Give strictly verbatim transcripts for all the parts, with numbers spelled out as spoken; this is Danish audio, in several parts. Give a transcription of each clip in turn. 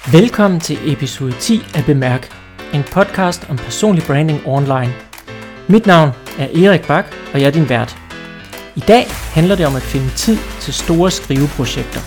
Velkommen til episode ti af Bemærk, en podcast om personlig branding online. Mit navn er Erik Bak, og jeg er din vært. I dag handler det om at finde tid til store skriveprojekter.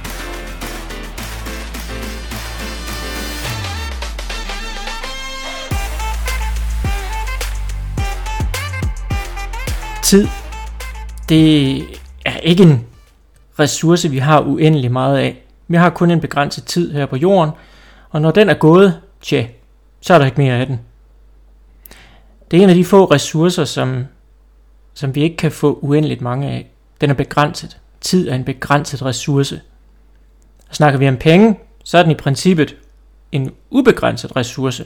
Tid, det er ikke en ressource, vi har uendelig meget af. Vi har kun en begrænset tid her på jorden, og når den er gået, tja, så er der ikke mere af den. Det er en af de få ressourcer, som, som vi ikke kan få uendeligt mange af. Den er begrænset. Tid er en begrænset ressource. Og snakker vi om penge, så er den i princippet en ubegrænset ressource.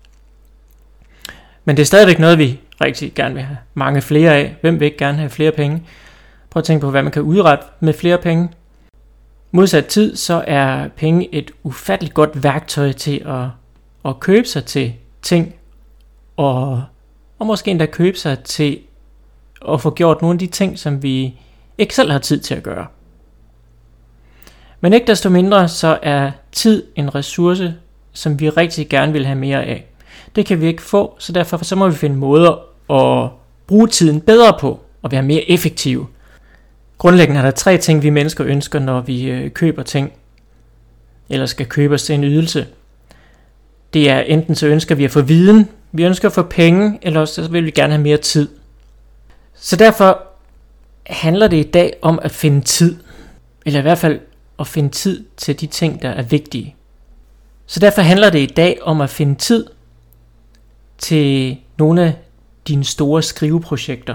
Men det er stadigvæk noget, vi rigtig gerne vil have mange flere af. Hvem vil ikke gerne have flere penge? Prøv at tænke på, hvad man kan udrette med flere penge. Modsat tid, så er penge et ufatteligt godt værktøj til at, at købe sig til ting, og, og måske endda købe sig til at få gjort nogle af de ting, som vi ikke selv har tid til at gøre. Men ikke desto mindre, så er tid en ressource, som vi rigtig gerne vil have mere af. Det kan vi ikke få, så derfor så må vi finde måder at bruge tiden bedre på, og være mere effektive. Grundlæggende er der tre ting, vi mennesker ønsker, når vi øh, køber ting, eller skal købe os til en ydelse. Det er enten så ønsker vi at få viden, vi ønsker at få penge, eller så vil vi gerne have mere tid. Så derfor handler det i dag om at finde tid, eller i hvert fald at finde tid til de ting, der er vigtige. Så derfor handler det i dag om at finde tid til nogle af dine store skriveprojekter.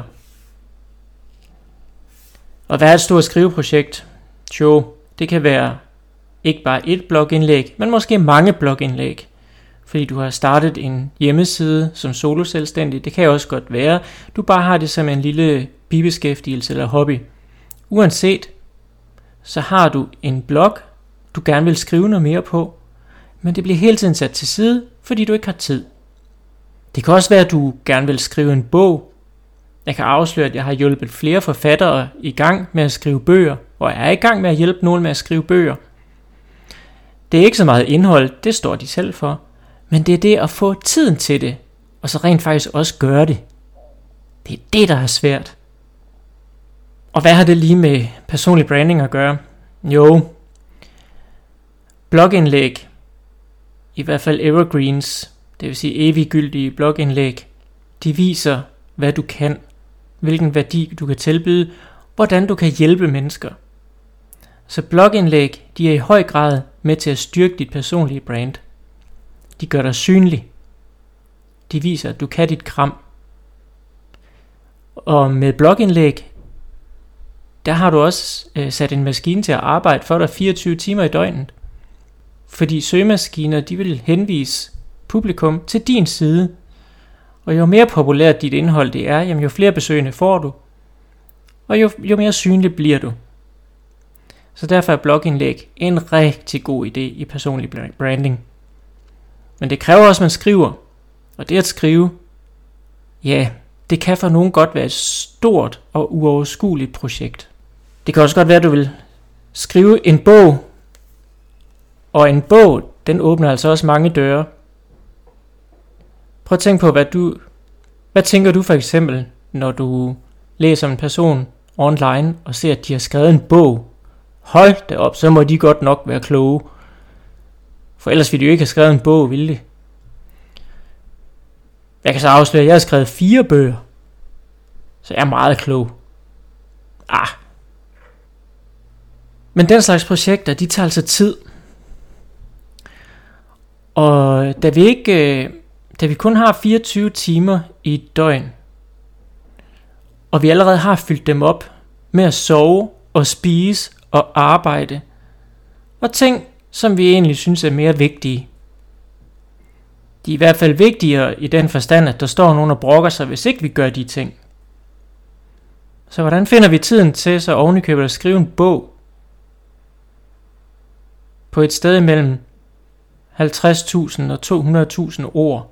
Og hvad er et stort skriveprojekt? Jo, det kan være ikke bare et blogindlæg, men måske mange blogindlæg. Fordi du har startet en hjemmeside som soloselvstændig. Det kan også godt være, du bare har det som en lille bibeskæftigelse eller hobby. Uanset, så har du en blog, du gerne vil skrive noget mere på, men det bliver hele tiden sat til side, fordi du ikke har tid. Det kan også være, at du gerne vil skrive en bog. Jeg kan afsløre, at jeg har hjulpet flere forfattere i gang med at skrive bøger, og jeg er i gang med at hjælpe nogen med at skrive bøger. Det er ikke så meget indhold, det står de selv for, men det er det at få tiden til det, og så rent faktisk også gøre det. Det er det, der er svært. Og hvad har det lige med personlig branding at gøre? Jo, blogindlæg, i hvert fald evergreens, det vil sige eviggyldige blogindlæg, de viser, hvad du kan, hvilken værdi du kan tilbyde, hvordan du kan hjælpe mennesker. Så blogindlæg, de er i høj grad med til at styrke dit personlige brand. De gør dig synlig. De viser, at du kan dit kram. Og med blogindlæg, der har du også øh, sat en maskine til at arbejde for dig fireogtyve timer i døgnet. Fordi søgemaskiner, de vil henvise publikum til din side. Og jo mere populært dit indhold det er, jamen jo flere besøgende får du, og jo, jo mere synlig bliver du. Så derfor er blogindlæg en rigtig god idé i personlig branding. Men det kræver også, at man skriver. Og det at skrive, ja, det kan for nogen godt være et stort og uoverskueligt projekt. Det kan også godt være, at du vil skrive en bog, og en bog, den åbner altså også mange døre. Prøv at tænke på, hvad du, hvad tænker du for eksempel, når du læser om en person online og ser, at de har skrevet en bog. Hold da op, så må de godt nok være kloge. For ellers ville de jo ikke have skrevet en bog, ville de? Jeg kan så afsløre, at jeg har skrevet fire bøger. Så jeg er meget klog. Ah. Men den slags projekter, de tager altså tid. Og da vi ikke... Da vi kun har fireogtyve timer i et døgn, og vi allerede har fyldt dem op med at sove og spise og arbejde, og ting, som vi egentlig synes er mere vigtige. De er i hvert fald vigtigere i den forstand, at der står nogen og brokker sig, hvis ikke vi gør de ting. Så hvordan finder vi tiden til så ovenikøbet at skrive en bog på et sted mellem halvtreds tusind og to hundrede tusind ord?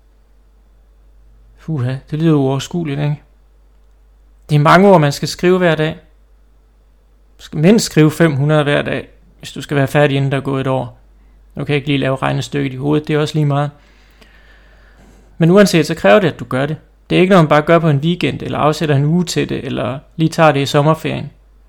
Puha, det lyder uoverskueligt, ikke? Det er mange ord, man skal skrive hver dag. Du skal mindst skrive fem hundrede hver dag, hvis du skal være færdig, inden der er gået et år. Nu kan jeg ikke lige lave regnestykket i hovedet, det er også lige meget. Men uanset, så kræver det, at du gør det. Det er ikke noget, man bare gør på en weekend, eller afsætter en uge til det, eller lige tager det i sommerferien.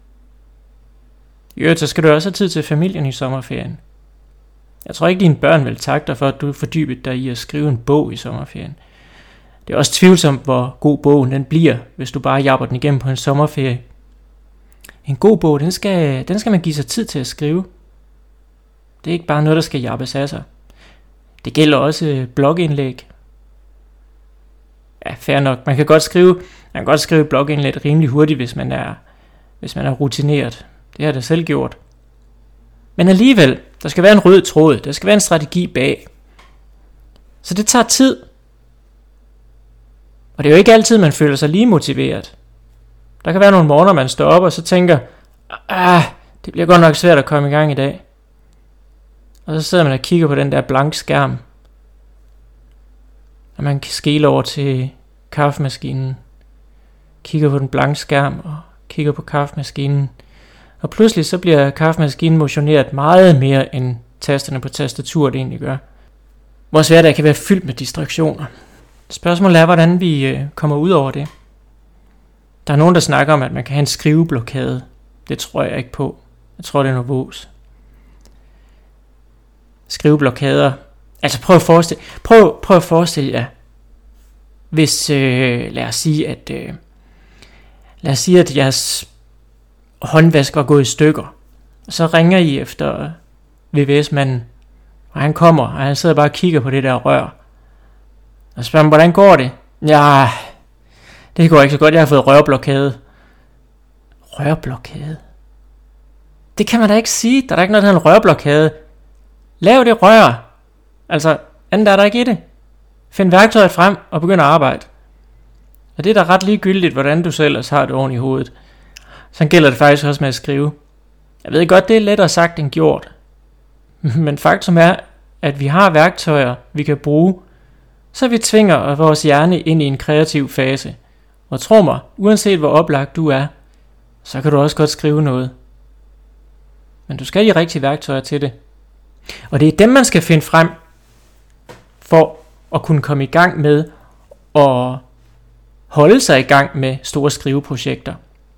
I øvrigt, så skal du også have tid til familien i sommerferien. Jeg tror ikke, dine børn vil takke dig for, at du er fordybet dig i at skrive en bog i sommerferien. Det er også tvivlsomt, hvor god bogen den bliver, hvis du bare jabber den igennem på en sommerferie. En god bog, den skal, den skal man give sig tid til at skrive. Det er ikke bare noget, der skal jabbes af sig. Det gælder også blogindlæg. Ja, fair nok. Man kan godt skrive, man kan godt skrive blogindlæg rimelig hurtigt, hvis man er, hvis man er rutineret. Det har jeg da selv gjort. Men alligevel, der skal være en rød tråd. Der skal være en strategi bag. Så det tager tid. Og det er jo ikke altid, man føler sig lige motiveret. Der kan være nogle morgener, man står op og så tænker, ah, det bliver godt nok svært at komme i gang i dag. Og så sidder man og kigger på den der blanke skærm. Og man kan skele over til kaffemaskinen. Kigger på den blanke skærm og kigger på kaffemaskinen. Og pludselig så bliver kaffemaskinen motioneret meget mere end tasterne på tastaturet egentlig gør. Vores hverdag kan være fyldt med distraktioner. Spørgsmålet er, hvordan vi øh, kommer ud over det. Der er nogen, der snakker om, at man kan have en skriveblokade. Det tror jeg ikke på. Jeg tror, det er noget vås. Skriveblokader. Altså prøv at forestille, prøv, prøv at forestille jer, hvis, øh, lad os sige, at, øh, lad os sige, at jeres håndvask var gået i stykker. Og så ringer I efter V V S-manden, og han kommer, og han sidder bare og kigger på det der rør. Og spørger ham, hvordan går det? Ja, det går ikke så godt, jeg har fået rørblokade. Rørblokade? Det kan man da ikke sige, der er da ikke noget, der hedder en rørblokade. Lav det rør. Altså, andet er der ikke i det. Find værktøjet frem og begynd at arbejde. Og det er da ret ligegyldigt, hvordan du selv ellers har det oven i hovedet. Så gælder det faktisk også med at skrive. Jeg ved godt, det er lettere sagt end gjort. Men faktum er, at vi har værktøjer, vi kan bruge, så vi tvinger vores hjerne ind i en kreativ fase. Og tro mig, uanset hvor oplagt du er, så kan du også godt skrive noget. Men du skal have de rigtige værktøjer til det. Og det er dem, man skal finde frem, for at kunne komme i gang med at holde sig i gang med store skriveprojekter.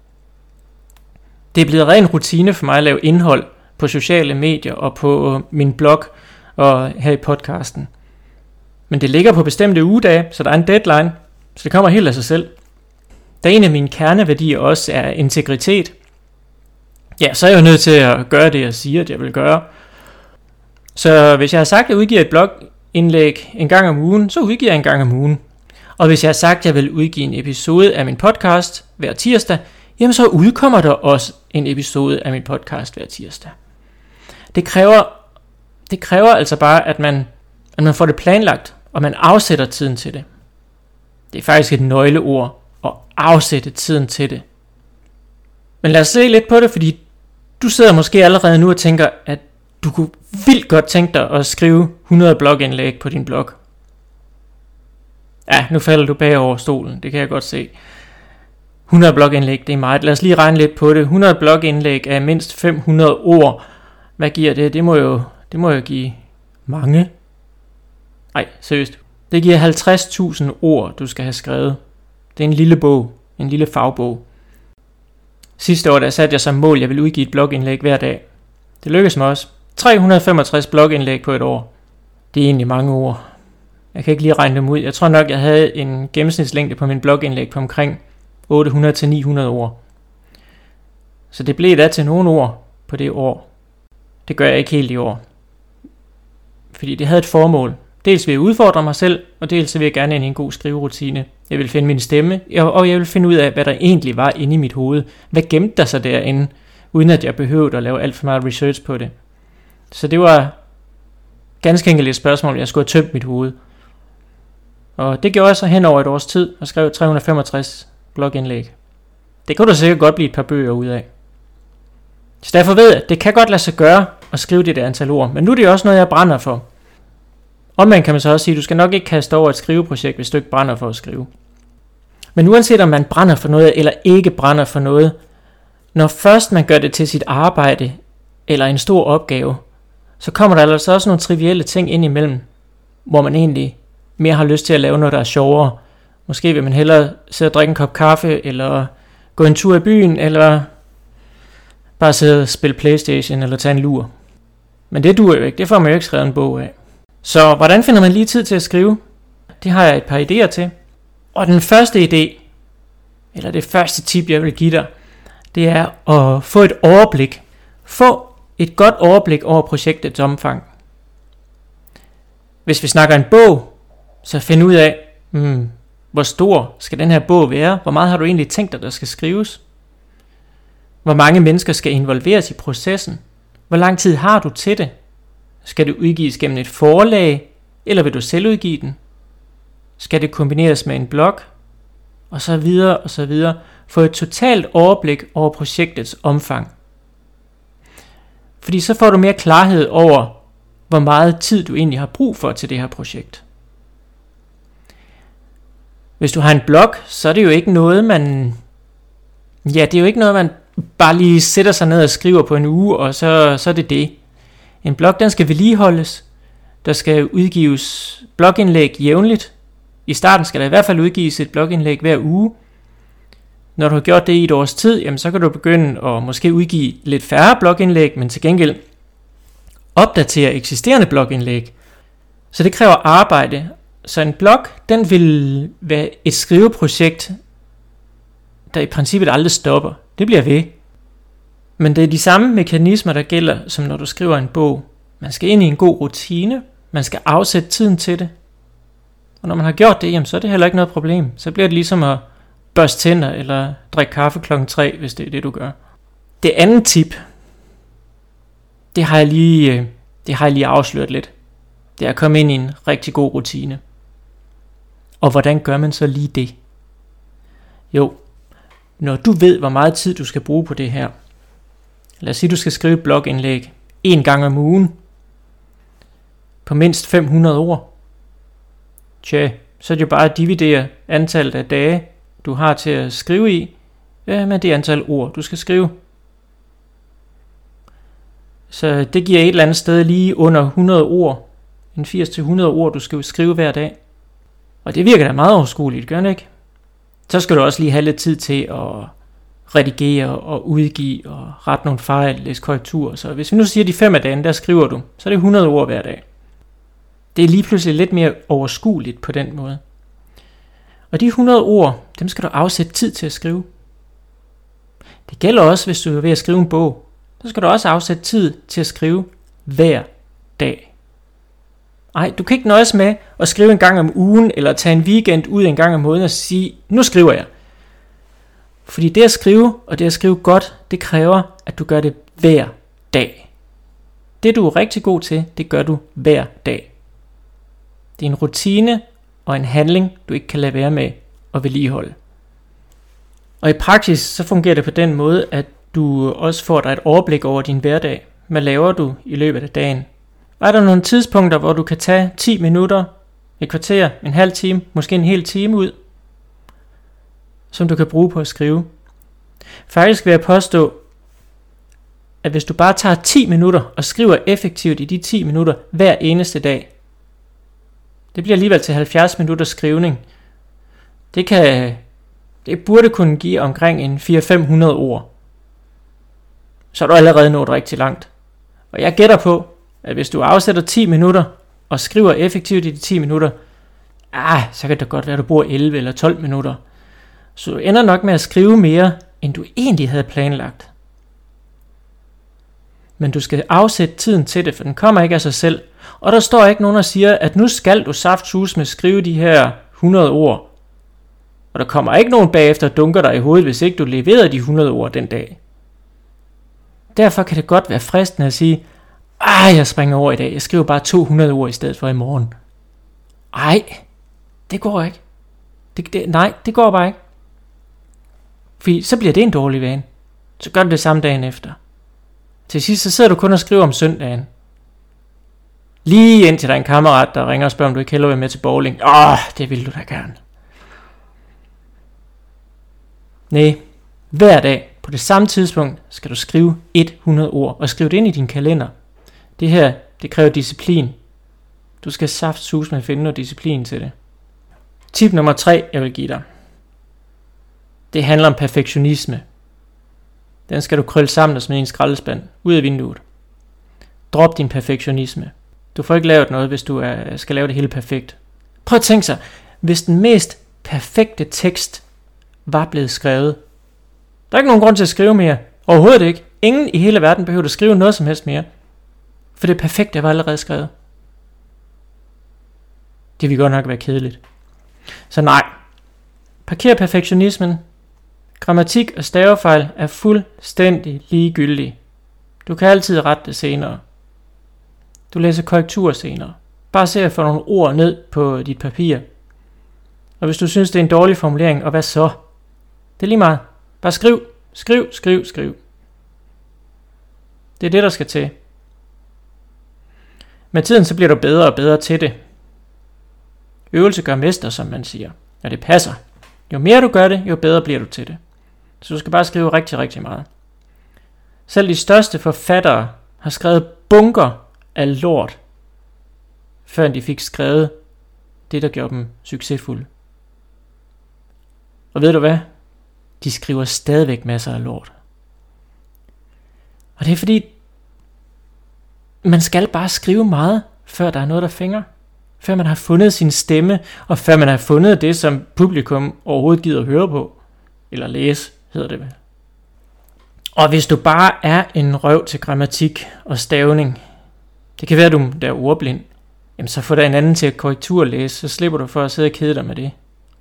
Det er blevet ren rutine for mig at lave indhold på sociale medier og på min blog og her i podcasten. Men det ligger på bestemte ugedage, så der er en deadline, så det kommer helt af sig selv. Da en af mine kerneværdier også er integritet, ja, så er jeg jo nødt til at gøre det, jeg siger, at jeg vil gøre. Så hvis jeg har sagt, at jeg udgiver et blogindlæg en gang om ugen, så udgiver jeg en gang om ugen. Og hvis jeg har sagt, at jeg vil udgive en episode af min podcast hver tirsdag, jamen så udkommer der også en episode af min podcast hver tirsdag. Det kræver, det kræver altså bare, at man, at man får det planlagt, og man afsætter tiden til det. Det er faktisk et nøgleord, at afsætte tiden til det. Men lad os se lidt på det, fordi du sidder måske allerede nu og tænker, at du kunne vildt godt tænke dig at skrive hundrede blogindlæg på din blog. Ja, nu falder du bagover stolen, det kan jeg godt se. hundrede blogindlæg, det er meget. Lad os lige regne lidt på det. hundrede blogindlæg er mindst fem hundrede ord. Hvad giver det? Det må jo, det må jo give mange. Nej, seriøst. Det giver halvtreds tusind ord, du skal have skrevet. Det er en lille bog, en lille fagbog. Sidste år der satte jeg som mål, jeg ville udgive et blogindlæg hver dag. Det lykkedes mig også. tre hundrede og femogtres blogindlæg på et år. Det er egentlig mange ord. Jeg kan ikke lige regne dem ud. Jeg tror nok, jeg havde en gennemsnitslængde på min blogindlæg på omkring otte hundrede til ni hundrede ord. Så det blev da til nogle ord på det år. Det gør jeg ikke helt i år. Fordi det havde et formål. Dels vil jeg udfordre mig selv, og dels vil jeg gerne ind i en god skriverutine. Jeg vil finde min stemme, og jeg vil finde ud af, hvad der egentlig var inde i mit hoved. Hvad gemte der sig derinde, uden at jeg behøvede at lave alt for meget research på det. Så det var ganske enkelt et spørgsmål, jeg skulle have tømt mit hoved. Og det gjorde jeg så hen over et års tid, og skrev tre hundrede og femogtres blogindlæg. Det kunne du sikkert godt blive et par bøger ud af. Så derfor ved jeg, at det kan godt lade sig gøre at skrive det der antal ord, men nu er det også noget, jeg brænder for. Omvendt kan man så også sige, at du skal nok ikke kaste over et skriveprojekt, hvis du ikke brænder for at skrive. Men uanset om man brænder for noget, eller ikke brænder for noget, når først man gør det til sit arbejde, eller en stor opgave, så kommer der altså også nogle trivielle ting ind imellem, hvor man egentlig mere har lyst til at lave noget, der er sjovere. Måske vil man hellere sidde og drikke en kop kaffe, eller gå en tur i byen, eller bare sidde og spille PlayStation, eller tage en lur. Men det duer jo ikke, det får man jo ikke skrevet en bog af. Så hvordan finder man lige tid til at skrive? Det har jeg et par idéer til. Og den første idé, eller det første tip, jeg vil give dig, det er at få et overblik. Få et godt overblik over projektets omfang. Hvis vi snakker en bog, så find ud af, hmm, hvor stor skal den her bog være? Hvor meget har du egentlig tænkt dig, der skal skrives? Hvor mange mennesker skal involveres i processen? Hvor lang tid har du til det? Skal det udgives gennem et forlag, eller vil du selv udgive den? Skal det kombineres med en blog? Og så videre, og så videre. Få et totalt overblik over projektets omfang. Fordi så får du mere klarhed over, hvor meget tid du egentlig har brug for til det her projekt. Hvis du har en blog, så er det jo ikke noget, man... Ja, det er jo ikke noget, man bare lige sætter sig ned og skriver på en uge, og så, så er det det. En blog, den skal vedligeholdes. Der skal udgives blogindlæg jævnligt. I starten skal der i hvert fald udgives et blogindlæg hver uge. Når du har gjort det i et års tid, jamen så kan du begynde at måske udgive lidt færre blogindlæg, men til gengæld opdatere eksisterende blogindlæg. Så det kræver arbejde. Så en blog, den vil være et skriveprojekt, der i princippet aldrig stopper. Det bliver ved. Men det er de samme mekanismer, der gælder, som når du skriver en bog. Man skal ind i en god rutine. Man skal afsætte tiden til det. Og når man har gjort det, jamen, så er det heller ikke noget problem. Så bliver det ligesom at børste tænder eller drikke kaffe klokken tre, hvis det er det, du gør. Det andet tip, det har jeg lige, det har jeg lige afsløret lidt. Det er at komme ind i en rigtig god rutine. Og hvordan gør man så lige det? Jo, når du ved, hvor meget tid du skal bruge på det her. Lad os sige, du skal skrive et blogindlæg en gang om ugen. På mindst fem hundrede ord. Tja, så er det jo bare at dividere antallet af dage, du har til at skrive i, ja, med det antal ord, du skal skrive. Så det giver et eller andet sted lige under hundrede ord. En firs til hundrede ord, du skal skrive hver dag. Og det virker da meget overskueligt, gør det ikke? Så skal du også lige have lidt tid til at redigere og udgive og rette nogle fejl, læse korrektur. Så hvis vi nu siger de fem af dagen, der skriver du, så er det hundrede ord hver dag. Det er lige pludselig lidt mere overskueligt på den måde. Og de hundrede ord, dem skal du afsætte tid til at skrive. Det gælder også, hvis du er ved at skrive en bog. Så skal du også afsætte tid til at skrive hver dag. Ej, du kan ikke nøjes med at skrive en gang om ugen, eller tage en weekend ud en gang om måneden og sige, nu skriver jeg. Fordi det at skrive, og det at skrive godt, det kræver, at du gør det hver dag. Det du er rigtig god til, det gør du hver dag. Det er en rutine og en handling, du ikke kan lade være med at vedligeholde. Og i praksis, så fungerer det på den måde, at du også får dig et overblik over din hverdag. Hvad laver du i løbet af dagen? Og er der nogle tidspunkter, hvor du kan tage ti minutter, et kvarter, en halv time, måske en hel time ud, som du kan bruge på at skrive? Faktisk vil jeg påstå, at hvis du bare tager ti minutter og skriver effektivt i de ti minutter hver eneste dag, det bliver alligevel til halvfjerds minutters skrivning. Det kan, det burde kunne give omkring en fire til fem hundrede ord. Så er du allerede nået rigtig langt. Og jeg gætter på, at hvis du afsætter ti minutter og skriver effektivt i de ti minutter, ah, så kan det godt være, at du bruger elleve eller tolv minutter. Så du ender nok med at skrive mere, end du egentlig havde planlagt. Men du skal afsætte tiden til det, for den kommer ikke af sig selv. Og der står ikke nogen, der siger, at nu skal du saftsus med skrive de her hundrede ord. Og der kommer ikke nogen bagefter og dunker dig i hovedet, hvis ikke du leverer de hundrede ord den dag. Derfor kan det godt være fristende at sige, ej, jeg springer over i dag, jeg skriver bare to hundrede ord i stedet for i morgen. Ej, det går ikke. Det, det, nej, det går bare ikke. Fordi så bliver det en dårlig vane. Så gør du det samme dagen efter. Til sidst så sidder du kun og skriver om søndagen. Lige indtil der er en kammerat, der ringer og spørger, om du ikke hellere vil med til bowling. Åh, det vil du da gerne. Nej, hver dag på det samme tidspunkt skal du skrive hundrede ord, og skrive det ind i din kalender. Det her, det kræver disciplin. Du skal saftsus med at finde noget disciplin til det. Tip nummer tre, jeg vil give dig. Det handler om perfektionisme. Den skal du krølle sammen og smide i en skraldespand ud af vinduet. Drop din perfektionisme. Du får ikke lavet noget, hvis du er, skal lave det hele perfekt. Prøv at tænke sig, hvis den mest perfekte tekst var blevet skrevet. Der er ikke nogen grund til at skrive mere. Overhovedet ikke. Ingen i hele verden behøver at skrive noget som helst mere. For det perfekte var allerede skrevet. Det vil godt nok være kedeligt. Så nej. Parker perfektionismen. Grammatik og stavefejl er fuldstændig ligegyldige. Du kan altid rette det senere. Du læser korrektur senere. Bare se at få nogle ord ned på dit papir. Og hvis du synes det er en dårlig formulering, og hvad så? Det er lige meget. Bare skriv, skriv, skriv, skriv. Det er det der skal til. Med tiden så bliver du bedre og bedre til det. Øvelse gør mester, som man siger. Og det passer. Jo mere du gør det, jo bedre bliver du til det. Så du skal bare skrive rigtig, rigtig meget. Selv de største forfattere har skrevet bunker af lort, før de fik skrevet det, der gjorde dem succesfulde. Og ved du hvad? De skriver stadigvæk masser af lort. Og det er fordi, man skal bare skrive meget, før der er noget, der fænger. Før man har fundet sin stemme, og før man har fundet det, som publikum overhovedet gider at høre på. Eller læse, hedder det vel. Og hvis du bare er en røv til grammatik og stavning, det kan være, at du der er ordblind, jamen så få der en anden til at korrekturlæse, så slipper du for at sidde og kede dig med det.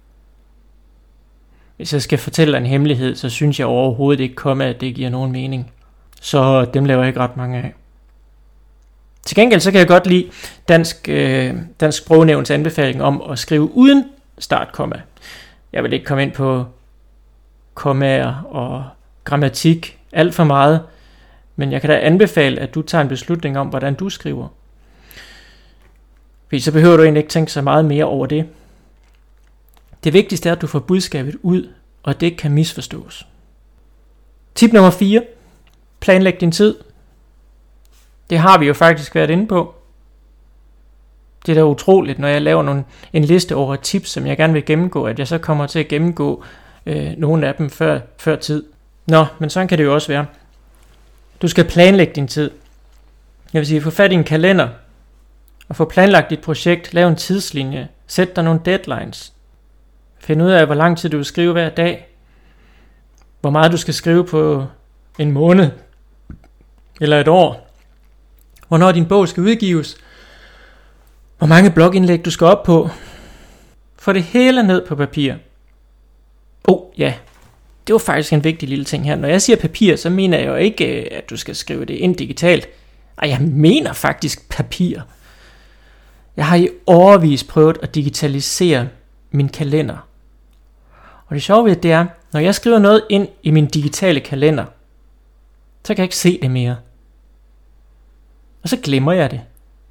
Hvis jeg skal fortælle dig en hemmelighed, så synes jeg overhovedet ikke komme, at det giver nogen mening. Så dem laver jeg ikke ret mange af. Til gengæld så kan jeg godt lide Dansk, øh, Dansk Sprognævns anbefaling om at skrive uden startkomma. Jeg vil ikke komme ind på kommaer og grammatik alt for meget, men jeg kan da anbefale, at du tager en beslutning om, hvordan du skriver. Fordi så behøver du egentlig ikke tænke så meget mere over det. Det vigtigste er, at du får budskabet ud, og at det ikke kan misforstås. Tip nummer fire. Planlæg din tid. Det har vi jo faktisk været inde på. Det er da utroligt, når jeg laver nogle, en liste over tips, som jeg gerne vil gennemgå, at jeg så kommer til at gennemgå øh, nogle af dem før, før tid. Nå, men sådan kan det jo også være. Du skal planlægge din tid. Jeg vil sige, få fat i en kalender, og få planlagt dit projekt, lav en tidslinje, sæt dig nogle deadlines. Find ud af, hvor lang tid du vil skrive hver dag, hvor meget du skal skrive på en måned, eller et år, hvornår din bog skal udgives, hvor mange blogindlæg du skal op på. Få det hele ned på papir. Åh, oh, ja, det var faktisk en vigtig lille ting her. Når jeg siger papir, så mener jeg jo ikke, at du skal skrive det ind digitalt. Ej, jeg mener faktisk papir. Jeg har i årevis prøvet at digitalisere min kalender. Og det sjove ved det er, når jeg skriver noget ind i min digitale kalender, så kan jeg ikke se det mere. Og så glemmer jeg det.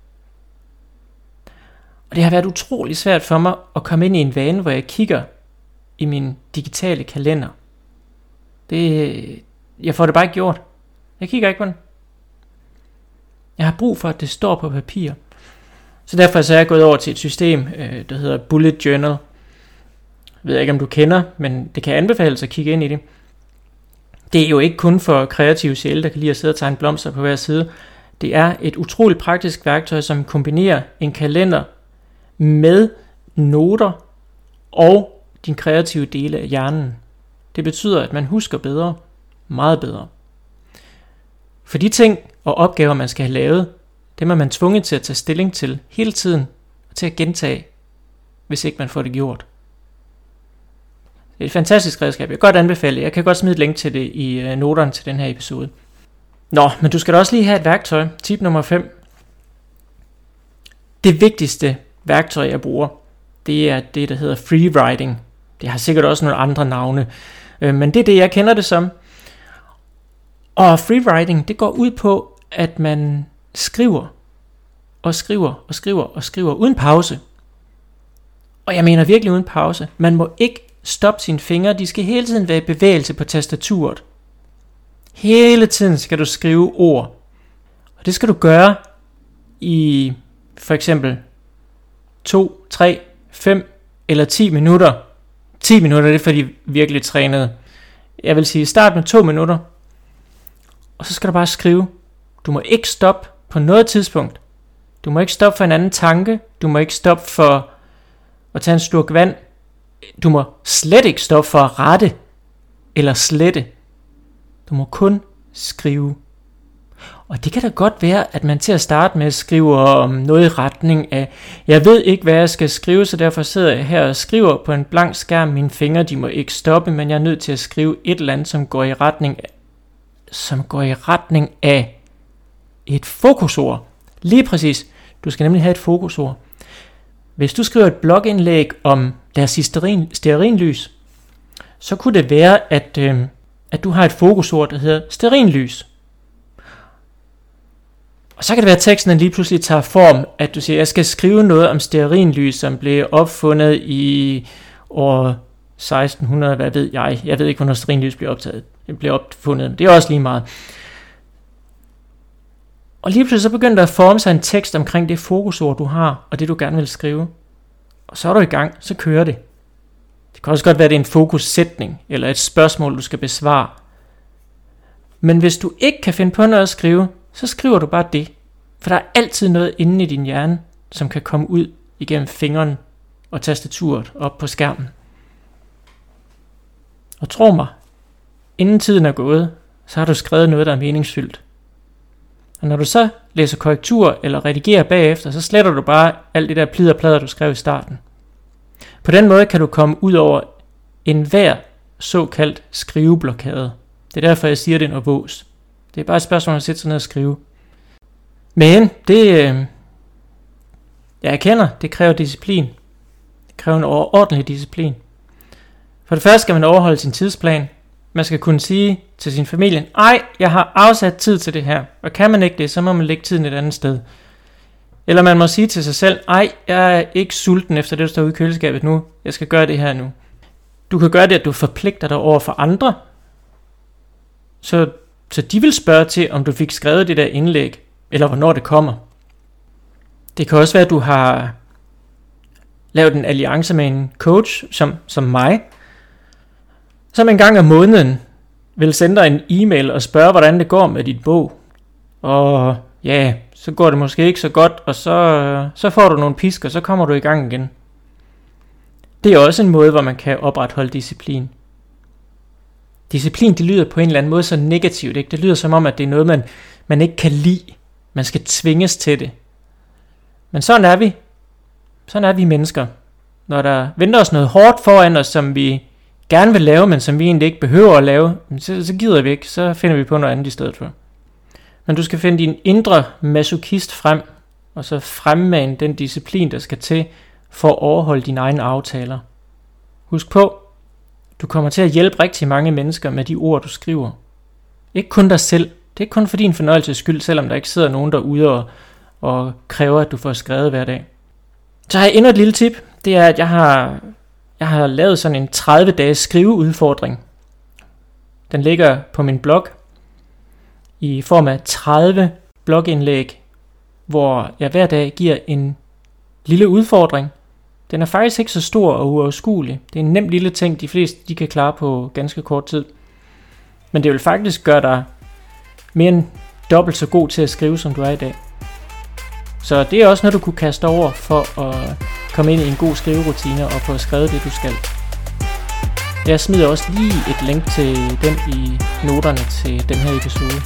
Og det har været utrolig svært for mig at komme ind i en vane, hvor jeg kigger i min digitale kalender. Det, jeg får det bare ikke gjort. Jeg kigger ikke på den. Jeg har brug for, at det står på papir. Så derfor så er jeg gået over til et system, der hedder Bullet Journal. Jeg ved ikke, om du kender, men det kan anbefales at kigge ind i det. Det er jo ikke kun for kreative sjæle, der kan lide at sidde og tegne blomster på hver side. Det er et utroligt praktisk værktøj, som kombinerer en kalender med noter og din kreative dele af hjernen. Det betyder, at man husker bedre, meget bedre. For de ting og opgaver, man skal have lavet, dem er man tvunget til at tage stilling til hele tiden, og til at gentage, hvis ikke man får det gjort. Det er et fantastisk redskab. Jeg kan godt anbefale det. Jeg kan godt smide et link til det i noterne til den her episode. Nå, men du skal da også lige have et værktøj. Tip nummer fem. Det vigtigste værktøj, jeg bruger, det er det, der hedder freewriting. Det har sikkert også nogle andre navne, men det er det, jeg kender det som. Og freewriting, det går ud på, at man skriver og skriver og skriver og skriver uden pause. Og jeg mener virkelig uden pause. Man må ikke stoppe sine fingre. De skal hele tiden være i bevægelse på tastaturet. Hele tiden skal du skrive ord. Og det skal du gøre i for eksempel to, tre, fem eller ti minutter. ti minutter, det er for de virkelig trænede. Jeg vil sige, start med to minutter, og så skal du bare skrive. Du må ikke stoppe på noget tidspunkt. Du må ikke stoppe for en anden tanke. Du må ikke stoppe for at tage en slurk vand. Du må slet ikke stoppe for at rette eller slette. Du må kun skrive. Og det kan da godt være, at man til at starte med skriver om noget i retning af, jeg ved ikke, hvad jeg skal skrive, så derfor sidder jeg her og skriver på en blank skærm. Mine fingre, de må ikke stoppe, men jeg er nødt til at skrive et eller andet, som går i retning af, som går i retning af et fokusord. Lige præcis. Du skal nemlig have et fokusord. Hvis du skriver et blogindlæg om, lad os sige, stearin, stearinlys, så kunne det være, at, øh, at du har et fokusord, der hedder stearinlys. Og så kan det være, at teksten lige pludselig tager form, at du siger, jeg skal skrive noget om stearinlys, som blev opfundet i år seksten hundrede, hvad ved jeg. Jeg ved ikke, hvornår stearinlys blev optaget. Det blev opfundet, men det er også lige meget. Og lige pludselig så begynder der at forme sig en tekst omkring det fokusord, du har, og det du gerne vil skrive. Og så er du i gang, så kører det. Det kan også godt være, at det er en fokussætning, eller et spørgsmål, du skal besvare. Men hvis du ikke kan finde på noget at skrive, så skriver du bare det. For der er altid noget inde i din hjerne, som kan komme ud igennem fingeren og tastaturet op på skærmen. Og tro mig, inden tiden er gået, så har du skrevet noget, der er meningsfyldt. Og når du så læser korrektur eller redigerer bagefter, så sletter du bare alt det der plid og plader, du skrev i starten. På den måde kan du komme ud over enhver såkaldt skriveblokade. Det er derfor, jeg siger det er noget vås. Det er bare et spørgsmål om at sætte sig ned og skrive. Men det, øh, jeg erkender, det kræver disciplin. Det kræver en overordentlig disciplin. For det første skal man overholde sin tidsplan. Man skal kunne sige til sin familie, ej, jeg har afsat tid til det her. Og kan man ikke det, så må man lægge tiden et andet sted. Eller man må sige til sig selv, ej, jeg er ikke sulten efter det, der står ude i køleskabet nu. Jeg skal gøre det her nu. Du kan gøre det, at du forpligter dig over for andre. Så, så de vil spørge til, om du fik skrevet det der indlæg, eller hvornår det kommer. Det kan også være, at du har lavet en alliance med en coach, som, som mig, som en gang om måneden vil sende dig en e-mail og spørge, hvordan det går med dit bog. Og ja, så går det måske ikke så godt, og så, så får du nogle pisk, og så kommer du i gang igen. Det er også en måde, hvor man kan opretholde disciplin. Disciplin, det lyder på en eller anden måde så negativt, ikke? Det lyder som om, at det er noget, man, man ikke kan lide. Man skal tvinges til det. Men sådan er vi. Sådan er vi mennesker. Når der venter os noget hårdt foran os, som vi gerne vil lave, men som vi egentlig ikke behøver at lave, så, så gider vi ikke. Så finder vi på noget andet i stedet for. Men du skal finde din indre masochist frem, og så fremmane den disciplin, der skal til for at overholde dine egne aftaler. Husk på, du kommer til at hjælpe rigtig mange mennesker med de ord, du skriver. Ikke kun dig selv. Det er ikke kun for din fornøjelses skyld, selvom der ikke sidder nogen derude og, og kræver, at du får skrevet hver dag. Så har jeg endnu et lille tip. Det er, at jeg har, jeg har lavet sådan en tredive dages skriveudfordring. Den ligger på min blog i form af tredive blogindlæg, hvor jeg hver dag giver en lille udfordring. Den er faktisk ikke så stor og uoverskuelig. Det er en nem lille ting, de fleste de kan klare på ganske kort tid. Men det vil faktisk gøre dig mere end dobbelt så god til at skrive, som du er i dag. Så det er også noget, du kunne kaste over for at komme ind i en god skriverutine og få skrevet det, du skal. Jeg smider også lige et link til den i noterne til den her episode.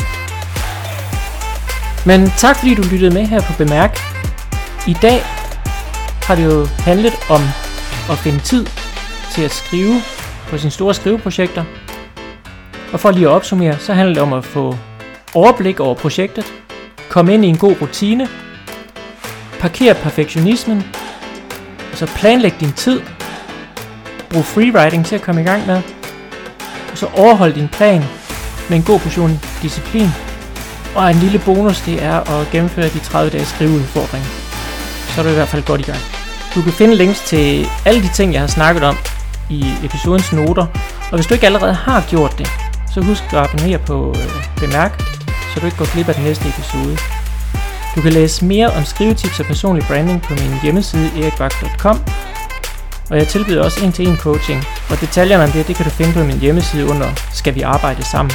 Men tak fordi du lyttede med her på Bemærk. I dag har det jo handlet om at finde tid til at skrive på sine store skriveprojekter. Og for lige at opsummere, så handler det om at få overblik over projektet, komme ind i en god rutine, parkere perfektionismen, og så planlægge din tid, brug freewriting til at komme i gang med, og så overholde din plan med en god portion disciplin, og en lille bonus, det er at gennemføre de tredive dages skriveudfordring. Så er du i hvert fald godt i gang. Du kan finde links til alle de ting, jeg har snakket om i episodens noter, og hvis du ikke allerede har gjort det, så husk at abonnere på øh, Bemærk, så du ikke går glip af den næste episode. Du kan læse mere om skrivetips og personlig branding på min hjemmeside erik bak punktum com, og jeg tilbyder også en-til-en coaching, og detaljerne om det, det kan du finde på min hjemmeside under Skal vi arbejde sammen?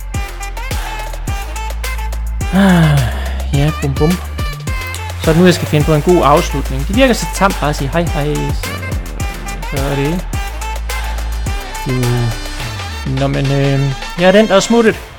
Ah, ja, bum bum. Så er det nu, jeg skal finde på en god afslutning. Det virker så tamt bare at sige hej hej, så, så er det. Uh. Nå, men øh, jeg er den, der er smuttet.